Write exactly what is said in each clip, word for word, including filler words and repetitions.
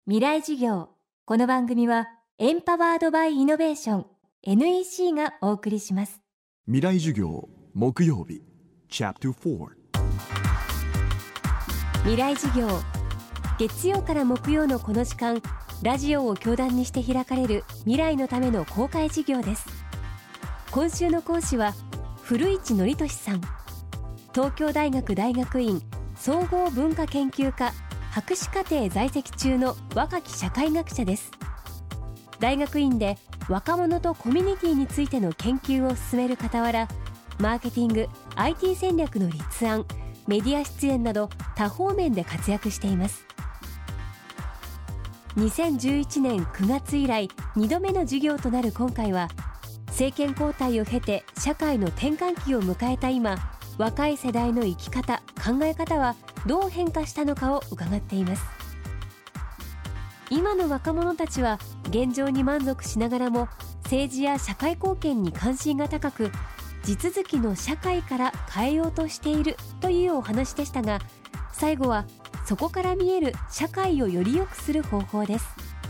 未来授業。この番組はエンパワードバイイノベーション エヌイーシー がお送りします。 未来授業木曜日チャプターフォー。 未来授業、月曜から木曜のこの時間、ラジオを教壇にして開かれる未来のための公開授業です。今週の講師は古市憲寿さん、東京大学大学院総合文化研究科博士課程在籍中の若き社会学者です。大学院で若者とコミュニティについての研究を進める傍ら、マーケティング、アイティー 戦略の立案、メディア出演など多方面で活躍しています。にせんじゅういちねんくがつ以来にどめの授業となる今回は、政権交代を経て社会の転換期を迎えた今、若い世代の生き方、考え方はどう変化したのかを伺っています。今の若者たちは現状に満足しながらも、政治や社会貢献に関心が高く、地続きの社会から変えようとしているというお話でしたが、最後はそこから見える社会をより良くする方法です。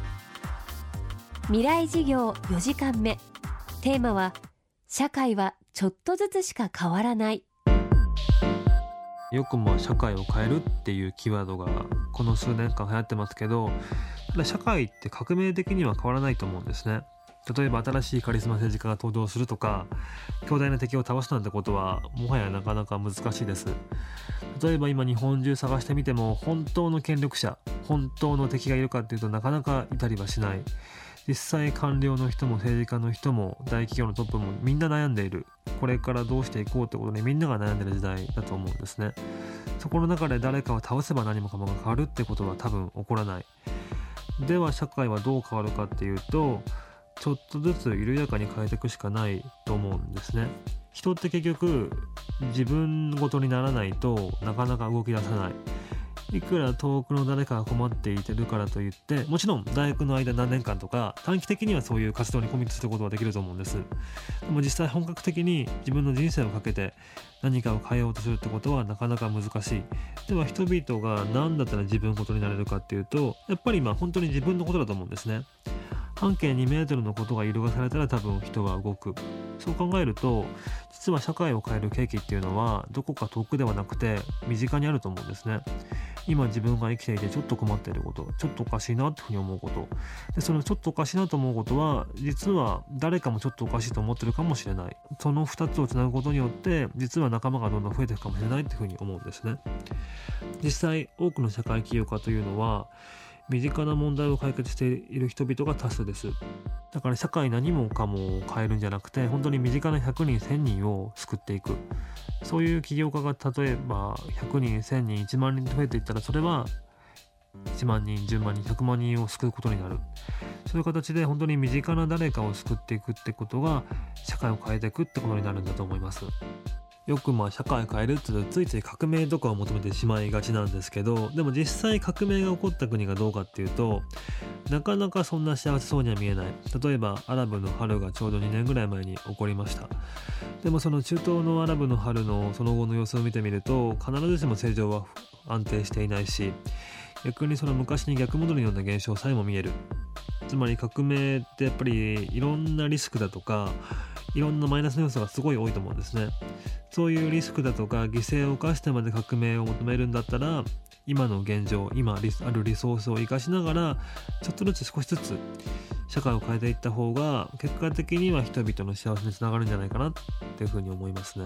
未来授業よじかんめ、テーマは社会はちょっとずつしか変わらない。 よくも社会を変えるっていうキーワードがこの数年間流行ってますけど、社会って革命的には変わらないと思うんですね。例えば新しいカリスマ政治家が登場するとか、強大な敵を倒すなんてことはもはやなかなか難しいです。例えば今日本中探してみても、本当の権力者、本当の敵がいるかっていうとなかなかいたりはしない。実際官僚の人も政治家の人も大企業のトップもみんな悩んでいる。これからどうしていこうってことでみんなが悩んでる時代だと思うんですね。そこの中で誰かを倒せば何もかもが変わるってことは多分起こらない。では社会はどう変わるかっていうと、ちょっとずつ緩やかに変えていくしかないと思うんですね。人って結局自分ごとにならないとなかなか動き出さない。いくら遠くの誰かが困っていてるからといって、もちろん大学の間何年間とか短期的にはそういう活動にコミットすることはできると思うんです。でも実際本格的に自分の人生をかけて何かを変えようとするってことはなかなか難しい。では人々が何だったら自分ごとになれるかっていうと、やっぱり今本当に自分のことだと思うんですね。半径にメートルのことが揺るがされたら多分人は動く。そう考えると、実は社会を変える契機っていうのはどこか遠くではなくて身近にあると思うんですね。今自分が生きていてちょっと困っていること、ちょっとおかしいなっていうふうに思うことで、そのちょっとおかしいなと思うことは実は誰かもちょっとおかしいと思ってるかもしれない。そのふたつをつなぐことによって実は仲間がどんどん増えていくかもしれないっていうふうに思うんですね。実際多くの社会起業家というのは身近な問題を解決している人々が多数です。だから社会何もかも変えるんじゃなくて、本当に身近なひゃくにんせんにんを救っていく。そういう起業家が例えばひゃくにんせんにんいちまんにんと増えていったら、それはいちまんにんじゅうまんにんひゃくまんにんを救うことになる。そういう形で本当に身近な誰かを救っていくってことが社会を変えていくってことになるんだと思います。よくまあ社会を変えるっていうとついつい革命とかを求めてしまいがちなんですけど、でも実際革命が起こった国がどうかっていうと、なかなかそんな幸せそうには見えない。例えばアラブの春がちょうどにねんぐらい前に起こりました。でもその中東のアラブの春のその後の様子を見てみると、必ずしも政情は安定していないし、逆にその昔に逆戻りのような現象さえも見える。つまり革命ってやっぱりいろんなリスクだとかいろんなマイナスの要素がすごい多いと思うんですね。そういうリスクだとか犠牲を冒してまで革命を求めるんだったら、今の現状、今あるリソースを生かしながらちょっとずつ少しずつ社会を変えていった方が結果的には人々の幸せにつながるんじゃないかなっていうふうに思いますね。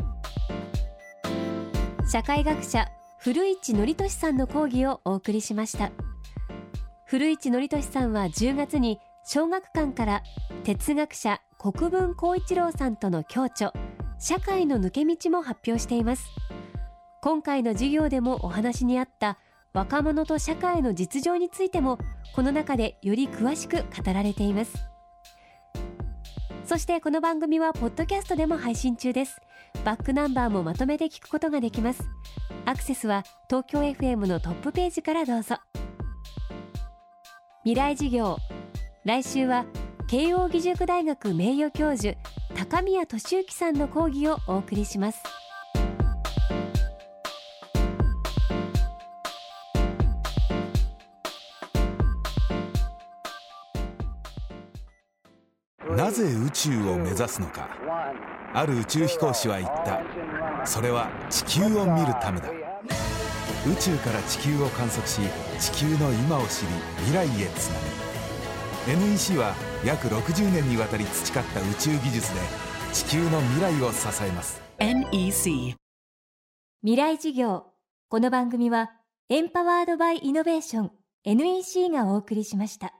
社会学者古市憲寿さんの講義をお送りしました。古市憲寿さんはじゅうがつに小学館から哲学者国分光一郎さんとの共著社会の抜け道も発表しています。今回の授業でもお話にあった若者と社会の実情についてもこの中でより詳しく語られています。そしてこの番組はポッドキャストでも配信中です。バックナンバーもまとめて聞くことができます。アクセスは東京 エフエム のトップページからどうぞ。未来授業、来週は慶應義塾大学名誉教授高宮俊之さんの講義をお送りします。 なぜ宇宙を目指すのか。ある宇宙飛行士は言った。それは地球を見るためだ。宇宙から地球を観測し、地球の今を知り未来へつなぐ。 エヌイーシー は約ろくじゅうねんにわたり培った宇宙技術で地球の未来を支えます。 エヌイーシー未来事業。この番組はエンパワードバイイノベーション エヌイーシー がお送りしました。